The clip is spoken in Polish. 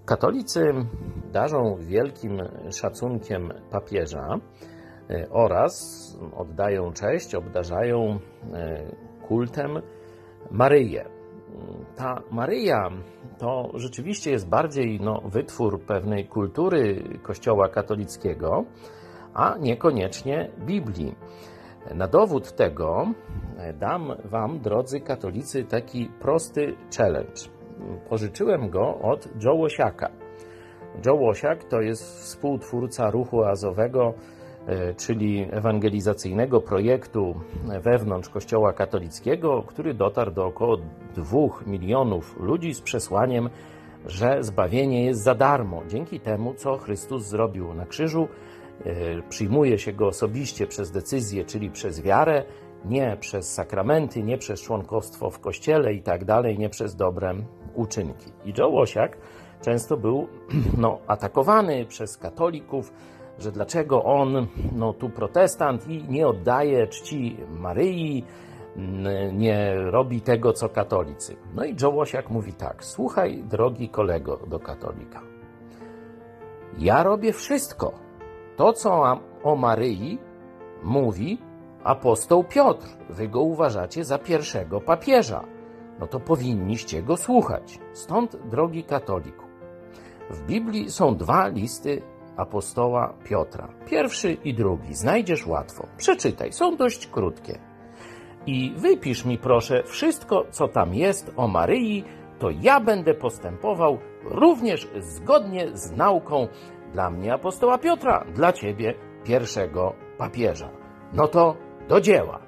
Katolicy darzą wielkim szacunkiem papieża oraz oddają cześć, obdarzają kultem Maryję. Ta Maryja to rzeczywiście jest bardziej wytwór pewnej kultury Kościoła katolickiego, a niekoniecznie Biblii. Na dowód tego dam wam, drodzy katolicy, taki prosty challenge. Pożyczyłem go od Joe Łosiaka. Joe Łosiak to jest współtwórca Ruchu Oazowego, czyli ewangelizacyjnego projektu wewnątrz Kościoła katolickiego, który dotarł do około 2 milionów ludzi z przesłaniem, że zbawienie jest za darmo. Dzięki temu, co Chrystus zrobił na krzyżu, przyjmuje się go osobiście przez decyzję, czyli przez wiarę, nie przez sakramenty, nie przez członkostwo w Kościele i tak dalej, nie przez dobre uczynki. I Joe Łosiak często był atakowany przez katolików, że dlaczego on, tu protestant i nie oddaje czci Maryi, nie robi tego, co katolicy. No i Joe Łosiak mówi tak: słuchaj, drogi kolego, do katolika, ja robię wszystko, to co o Maryi mówi apostoł Piotr. Wy go uważacie za pierwszego papieża. No to powinniście go słuchać. Stąd, drogi katoliku, w Biblii są 2 listy apostoła Piotra. Pierwszy i drugi. Znajdziesz łatwo. Przeczytaj. Są dość krótkie. I wypisz mi, proszę, wszystko, co tam jest o Maryi, to ja będę postępował również zgodnie z nauką dla mnie apostoła Piotra, dla ciebie pierwszego papieża. No to do dzieła.